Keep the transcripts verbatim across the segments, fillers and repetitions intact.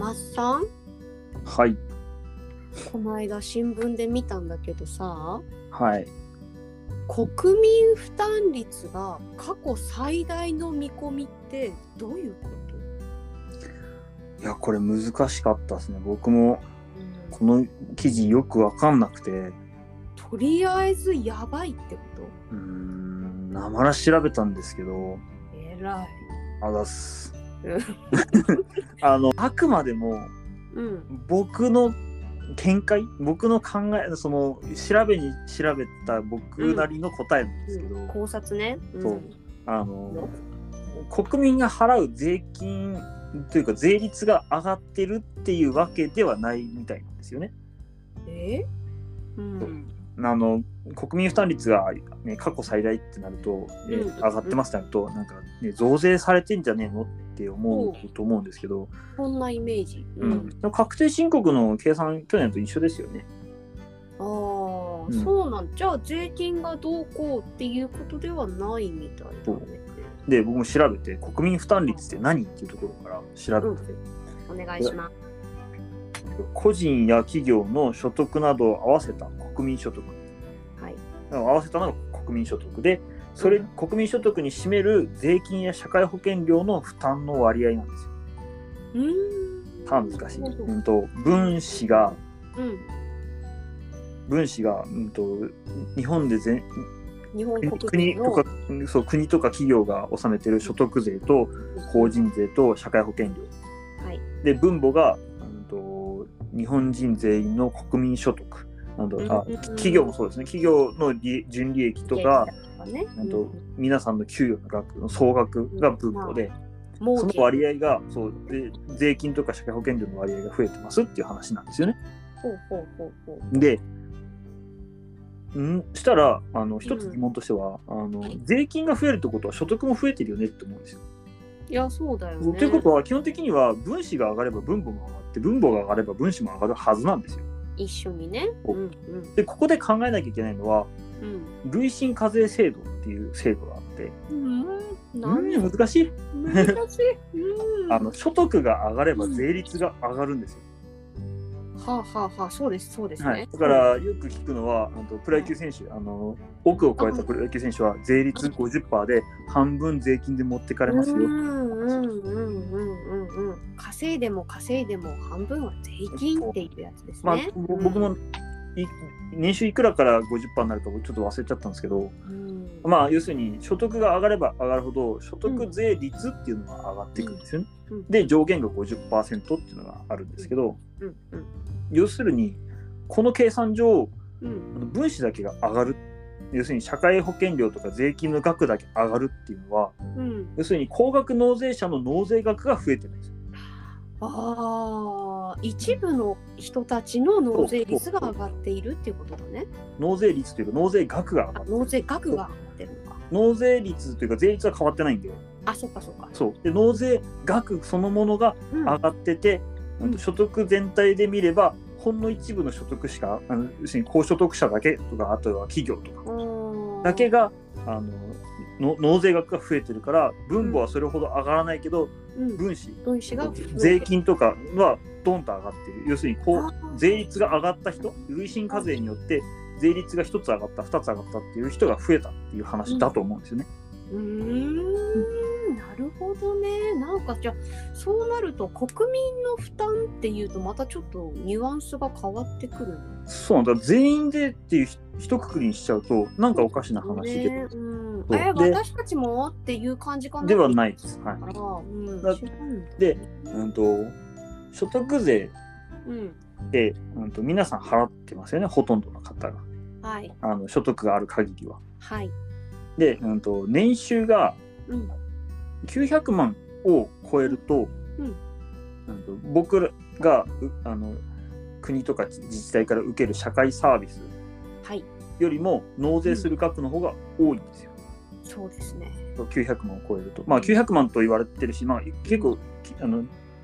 マッさん、 はい。 この間新聞で見たんだけどさ、 はい。 国民負担率が過去最大の見込みってどういうこいや、これ難しかったですね。僕もと、 この記事よくわかんなくて、うとりあえずやばいってこーん、なまら調べたんですけど、 と？えらい。 あざっす。あの、あくまでもうん。 僕の見解、僕の考え、その調べに調べた僕なりの答えなんですけど、 考察ね。うん、 そうあの国民が払う税金というか税率が上がってるっていうわけではないみたいなんですよね。 えうん。 あの国民負担率が、ね、過去最大ってなると、えーうん上がってますってなると、なんか、ね、増税されてんじゃねえのって思うと思うんですけど、 こんなイメージ。 うん、でも確定申告の計算去年と一緒ですよね。 ああ、 うんそうなんじゃあ税金がどうこうっていうことではないみたいだね。 で、僕も調べて国民負担率って何っていうところから調べて、 うん、お願いします。 個人や企業の所得などを合わせた国民所得、 はい、 合わせたのが国民所得で、それ、うん、国民所得に占める税金や社会保険料の負担の割合なんですよ。 うーん。 ただ難しい。うんと分子が、 うん、 分子が、うんと日本で全日本国国とかそう国とか企業が納めている所得税と法人税と社会保険料、 はい、で分母が、うんと日本人全員の国民所得など、あ企業もそうですね、企業の純利益とか、ね、うんと皆さんの給与の額の総額が分母で、まあ、その割合がそうで税金とか社会保険料の割合が増えてますっていう話なんですよね。 ほうほうほうほう。 でんしたらあの一つ疑問としては、うん、あの税金が増えるってことは所得も増えてるよねって思うんですよ。 いやそうだよね。 ということは基本的には分子が上がれば分母も上がって分母が上がれば分子も上がるはずなんですよ。 一緒にね。うんうん、 でここで考えなきゃいけないのは、 うん、 累進課税制度っていう制度があって、 うん、 なんで難しい難しい、うん、 あの所得が上がれば税率が上がるんですよ。 はあはあはあ、そうですそうですね、 はい、だからよく聞くのはあのプロ野球選手、あの億を超えたプロ野球選手は税率 ごじゅっパーセント で半分税金で持ってかれますよ。 うんうんうんうんうんうん。稼いでも稼いでも半分は税金っていうやつですね。 まあ、僕も年収いくらから ごじゅっパーセント になるかちょっと忘れちゃったんですけど、うん、まあ要するに所得が上がれば上がるほど所得税率っていうのが上がっていくんですよね。うん、で上限が ごじゅっパーセント っていうのがあるんですけど、うんうん、要するにこの計算上、うん、分子だけが上がる、要するに社会保険料とか税金の額だけ上がるっていうのは、うん、要するに高額納税者の納税額が増えてるんですよ。 ああ、一部の人たちの納税率が上がっているっていうことだね。 納税率というか納税額が上がってる。 納税額が上がってるのか。 納税率というか税率は変わってないんで。 あ、そっかそっか。 そうで納税額そのものが上がってて、うん、所得全体で見ればほんの一部の所得しか、あの要するに高所得者だけとか、あとは企業とかだけがあのの納税額が増えてるから分母はそれほど上がらないけど、うん、分子、 分子が税金とかはドンと上がってる。要するにこう税率が上がった人、累進課税によって税率がひとつ上がったふたつ上がったっていう人が増えたっていう話だと思うんですよね。 うーん、なるほどね。なんかじゃあそうなると国民の負担っていうとまたちょっとニュアンスが変わってくる。 そうだ、全員でっていう一括りにしちゃうとなんかおかしな話けど、ね、 うん、え私たちもっていう感じかな。 ではないです。はい。 うん、 だで、うんと所得税で、うん、と皆さん払ってますよね、ほとんどの方が。 はい。 あの所得がある限りは。 はい。 で、うん、と年収がきゅうひゃくまんを超えると、うんうん、と僕らがあの国とか自治体から受ける社会サービスよりも納税する額の方が多いんですよ。 うん、そうですね。 きゅうひゃくまんを超えると、まあ、きゅうひゃくまんと言われてるし、まあ、結構あの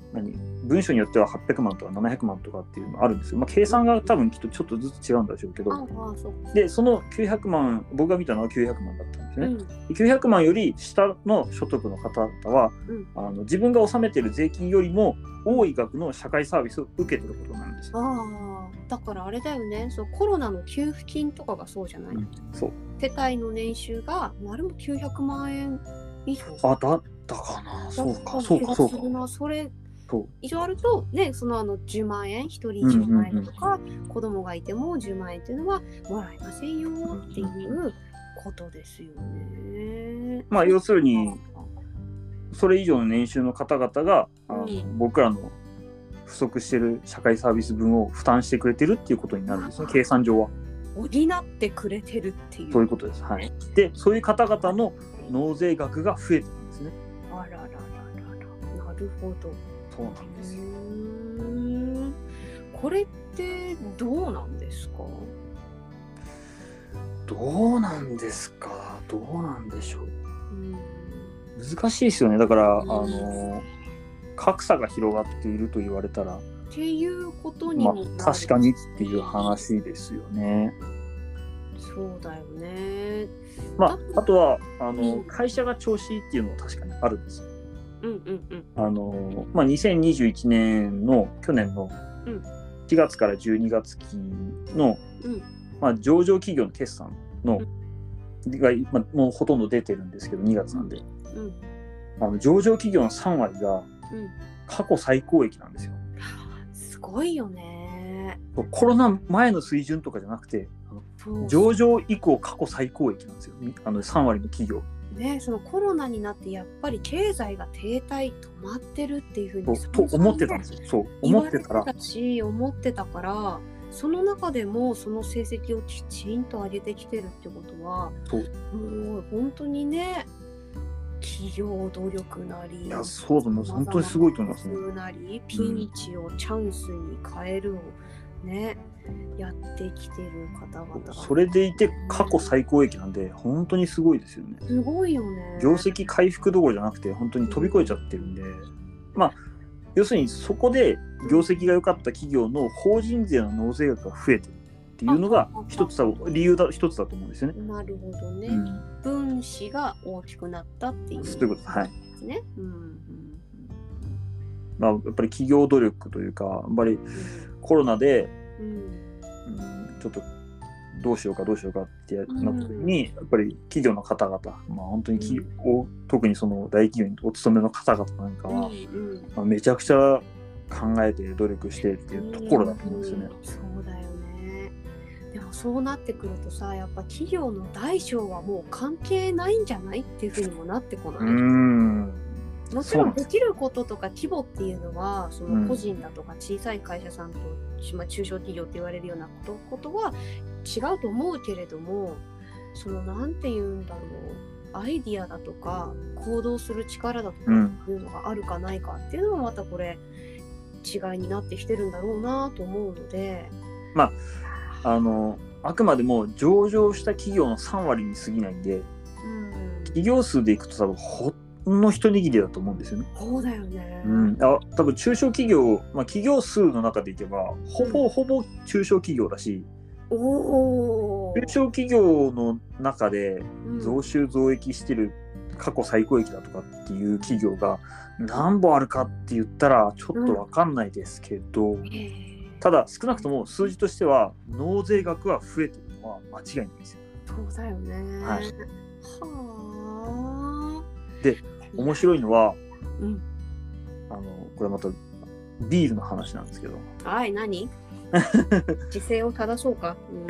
何文章によってははっぴゃくまんとかななひゃくまんとかっていうのあるんですよ。まあ、計算が多分きっとちょっとずつ違うんでしょうけど、 ああそうでそのきゅうひゃくまん、僕が見たのはきゅうひゃくまんだったんですね。 うんきゅうひゃくまんより下の所得の方々は、 うん、 あの自分が納めている税金よりも多い額の社会サービスを受けてることなんですよ。 ああだからあれだよね、そうコロナの給付金とかがそうじゃない、 うん、そう世帯の年収があれもきゅうひゃくまんえん以上あだったかな。そうかそうかそうか。 すなそれそう以上あるとね、そのあのじゅうまんえんひとりじゅうまんえんとか、うんうんうん、子供がいてもじゅうまんえんっていうのはもらえませんよっていうことですよね。 まあ要するにそれ以上の年収の方々が、うん、あの僕らの不足している社会サービス分を負担してくれてるっていうことになるんですね、計算上は。 補ってくれてるっていう。 そういうことです。はい。で、そういう方々の納税額が増えてるんですね。 あららららら、なるほど。 そうなんですよ。 うーん、これってどうなんですか？ どうなんですか。どうなんでしょう。うん、難しいですよね。だから、うん、あの格差が広がっていると言われたらっていうことにもなる、 まあ、確かにっていう話ですよね。 そうだよね。 まああとはあの、うん、会社が調子いいっていうのは確かにあるんですよ。 うんうんうん、 あのまあ、にせんにじゅういちねんの去年のしがつからじゅうにがつ期の、うんまあ、上場企業の決算の、うん、が、まあ、もうほとんど出てるんですけどにがつなんで、うん、あの上場企業のさんわりが過去最高益なんですよ。 うん、すごいよね。 コロナ前の水準とかじゃなくて上場以降過去最高益なんですよ、あのさんわりの企業。 ね、そのコロナになってやっぱり経済が停滞止まってるっていうふうにと思ってたんですよ。そう思ってたら言われてたし思ってたから、その中でもその成績をきちんと上げてきてるってことはもう本当にね、企業努力なり、 いやそうだね、本当にすごいと思いますね。 なりピンチをチャンスに変えるをね、やってきてる方々が、 それでいて過去最高益なんで本当にすごいですよね。 すごいよね。 業績回復どころじゃなくて本当に飛び越えちゃってるんで、うん、まあ要するにそこで業績が良かった企業の法人税の納税額が増えてるっていうのが一つだ理由だ一つだと思うんですよね。 なるほどね、うん、分子が大きくなったっていうそういうことはいですね。うんうん、 まあやっぱり企業努力というか、やっぱりコロナで、うんうん、ちょっとどうしようかどうしようかってなった時に、うん、やっぱり企業の方々、まあ、本当に企業、うん、特にその大企業にお勤めの方々なんかは、うんうんまあ、めちゃくちゃ考えて努力してっていうところだと思うんですよね。 うん、そうだよね。でもそうなってくるとさ、やっぱ企業の大小はもう関係ないんじゃないっていうふうにもなってこない？ うんもちろんできることとか規模っていうのはその個人だとか小さい会社さんと、うんまあ、中小企業って言われるようなこと、ことは違うと思うけれども、そのなんて言うんだろう、アイディアだとか行動する力だとかっていうのがあるかないかっていうのはまたこれ違いになってきてるんだろうなと思うので、 まああのあくまでも上場した企業のさんわりに過ぎないんで、うん、企業数でいくと多分ほの一握りだと思うんですよね。 そうだよね。 うん、あ多分中小企業、まあ、企業数の中でいけばほぼほぼ中小企業だし、うん、お中小企業の中で増収増益してる過去最高益だとかっていう企業が何本あるかって言ったらちょっと分かんないですけど、うん、ただ少なくとも数字としては納税額は増えてるのは間違いないですよ。 そうだよね。 はい、 はあ。 で面白いのは、うん、あのこれまたビールの話なんですけど、 はい何時勢を正そうか、うん、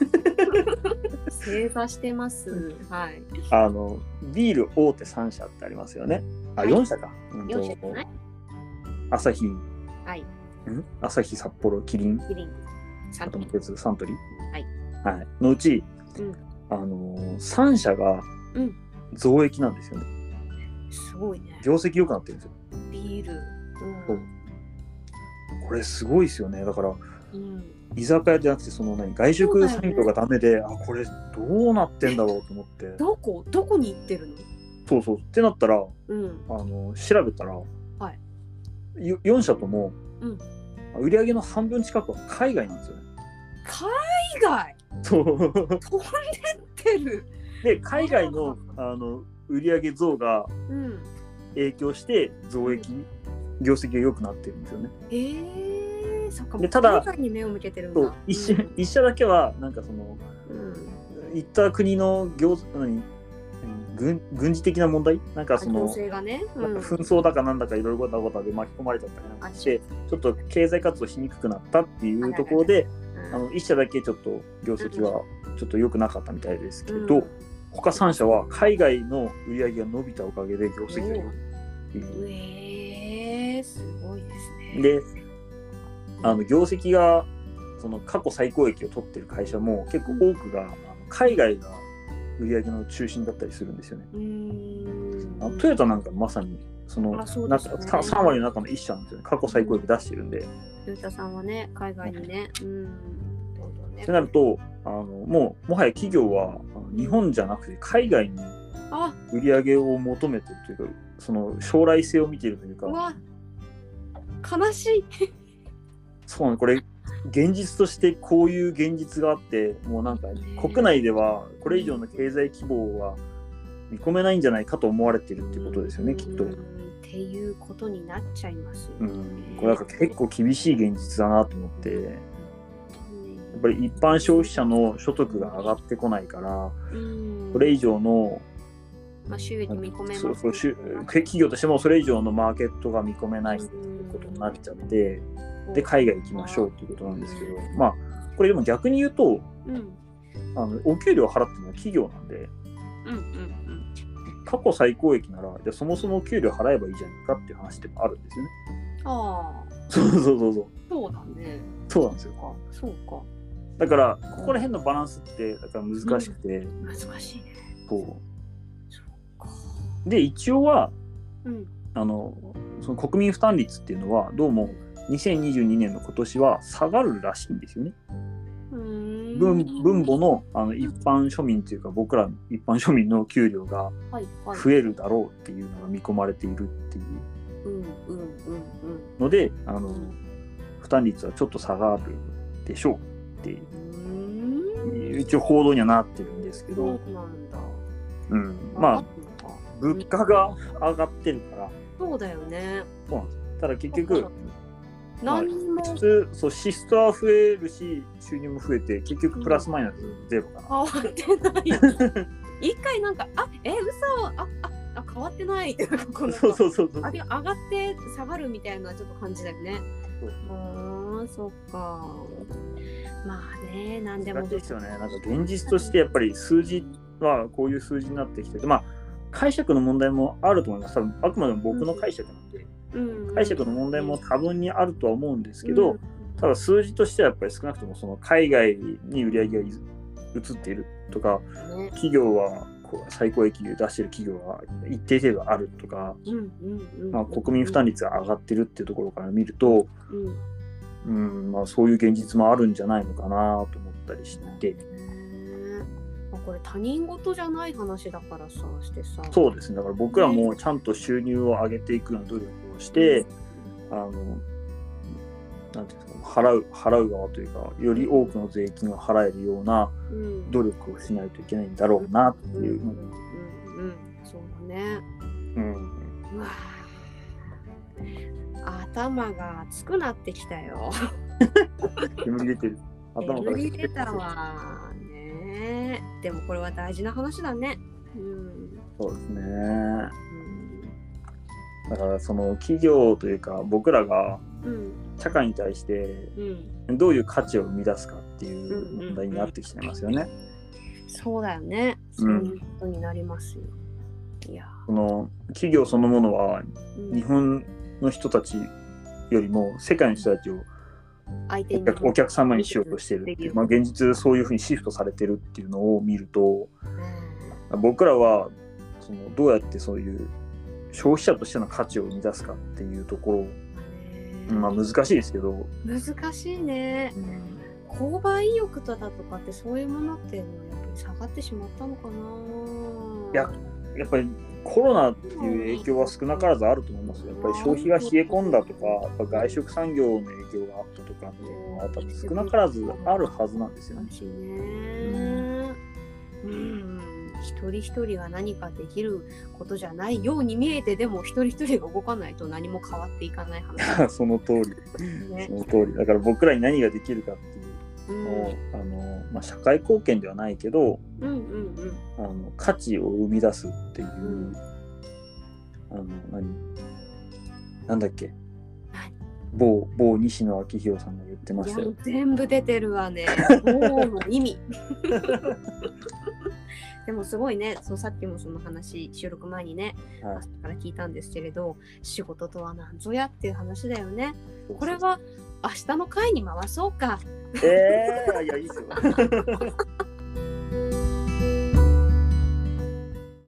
正座してます、はい、 あのビール大手さんしゃってありますよね。あ、はい、よんしゃか、 うん、よんしゃじゃない？ アサヒ、 はい、 んアサヒ、札幌、キリン、 キリン、サントリー、 サントリー、 はいはい、のうち、うん、あのさんしゃが増益なんですよね。 すごいね。 業績良くなってるんですよ。 ビール、 うん、これすごいですよね。だから、うん、居酒屋じゃなくてその何外食産業がダメで、ね、あこれどうなってんだろうと思って。 どこどこに行ってるの？ そうそうってなったら、うん、あの調べたら、 はい、 よん社とも、 うん、 売上の半分近くは海外なんですよね。 海外そう飛んでってる。 で海外のあの売上増が影響して増益、うん、業績が良くなってるんですよね。 えー、そっか。 でただ海外に目を向けてるんだ。 一社、うん、一社だけはなんかその、うん、いった国の業何軍, 軍事的な問題なんかその、 ねうん、 紛争だかなんだかいろいろなことで巻き込まれちゃったりなんかしてちょっと経済活動しにくくなったっていうところで、うん、あの一社だけちょっと業績はちょっと良くなかったみたいですけど、うん、他さん社は海外の売り上げが伸びたおかげで業績が良いっていう。 えー、すごいですね。 であの業績がその過去最高益を取ってる会社も結構多くが、うん、海外が売上の中心だったりするんですよね。うーんあのトヨタなんかまさにそのあそうですね、中さん割の中のいっ社なんですよね。過去最高益出してるんで。 トヨタさんはね海外にね。うん。 ってなるとあのもうもはや企業は日本じゃなくて海外に売り上げを求めてるというかその将来性を見ているというか。うわ悲しい。 そうねこれ。現実としてこういう現実があってもうなんか国内ではこれ以上の経済規模は見込めないんじゃないかと思われているっていうことですよね、きっと。 っていうことになっちゃいますよね。うん、 これなんか結構厳しい現実だなと思って、やっぱり一般消費者の所得が上がってこないから、これ以上のまあ、収益見込めます、ね、 そうそう企業としてもそれ以上のマーケットが見込めないっていうことになっちゃって。で海外行きましょうということなんですけど、まあこれでも逆に言うと、うん、あのお給料を払ってるのは企業なんで、うんうんうん、過去最高益ならじゃそもそもお給料払えばいいじゃないかっていう話でもあるんですよね。 ああ、 そうそうそうそう。 そうだね。 そうなんですよ。 そうか。 だからここら辺のバランスってだから難しくて、 うん、難しいね。 そう。そうか。で一応は、 うん、 あのその国民負担率っていうのはどうもにせんにじゅうにねんの今年は下がるらしいんですよね。 うーん分, 分母 の, あの一般庶民というか僕ら一般庶民の給料が増えるだろうっていうのが見込まれているっていうので、あの負担率はちょっと下がるでしょうっていう一応報道にはなってるんですけど、 そうなんだ、 うん、まあ物価が上がってるからそうだよね。 そうなんです。ただ結局何も、 まあ、普通そう支出は増えるし収入も増えて結局プラスマイナスゼロかな。 変わってない一回なんかあえ嘘あああ変わってないってそうそうそうそうあれ上がって下がるみたいなちょっと感じだよね。 そうああそっか。まあね何でも難しいですよね。なんか現実としてやっぱり数字はこういう数字になってきてまあ解釈の問題もあると思います。多分あくまでも僕の解釈なんで、うん、解釈の問題も多分にあるとは思うんですけど、うん、ただ数字としてはやっぱり少なくともその海外に売り上げが移っているとか、ね、企業は最高益出している企業は一定程度あるとか、まあ、国民負担率が上がってるっていうところから見ると、うんうんまあ、そういう現実もあるんじゃないのかなと思ったりして。 これ他人事じゃない話だからさしてさそうですね。だから僕らもちゃんと収入を上げていくような努力をして、うん、あのなんていうんですか払う払う側というかより多くの税金を払えるような努力をしないといけないんだろうなっていう。 うんうんうんうん、そうだね。うん。うわ頭が熱くなってきたよ。 煙出てる。 頭から煙出たわ。でもこれは大事な話だね。うん、 そうですね、うん。だからその企業というか僕らが社会に対してどういう価値を生み出すかっていう問題になってきちゃいますよね。うんうんうんうん、そうだよね。そういうことになりますよ。うん、いやその企業そのものは日本の人たちよりも世界の人たちを相手にお客様にしようとしてるっていう、まあ、現実そういうふうにシフトされてるっていうのを見ると、うん、僕らはそのどうやってそういう消費者としての価値を生み出すかっていうところ、まあ、難しいですけど難しいね、うん、購買意欲だとかってそういうものっていうのはやっぱり下がってしまったのかな。 いややっぱりコロナっていう影響は少なからずあると思いますよ。やっぱり消費が冷え込んだとか、やっぱ外食産業の影響があったとかっていうのは多分少なからずあるはずなんですよね。 うん、うん一人一人が何かできることじゃないように見えて、でも一人一人が動かないと何も変わっていかない話その通り、ね、その通りだから僕らに何ができるかっていうのを、うん、あのまあ、社会貢献ではないけど、うんうんうん、あの価値を生み出すっていう、うん、あの何なんだっけ某某西野昭弘さんが言ってましたよ。 全部出てるわね。某の意味。でもすごいね、そうさっきもその話収録前にね、はい、朝から聞いたんですけれど、仕事とは何ぞやっていう話だよね。そうそうこれは明日の回に回そうか。 えー、いやいいですよ。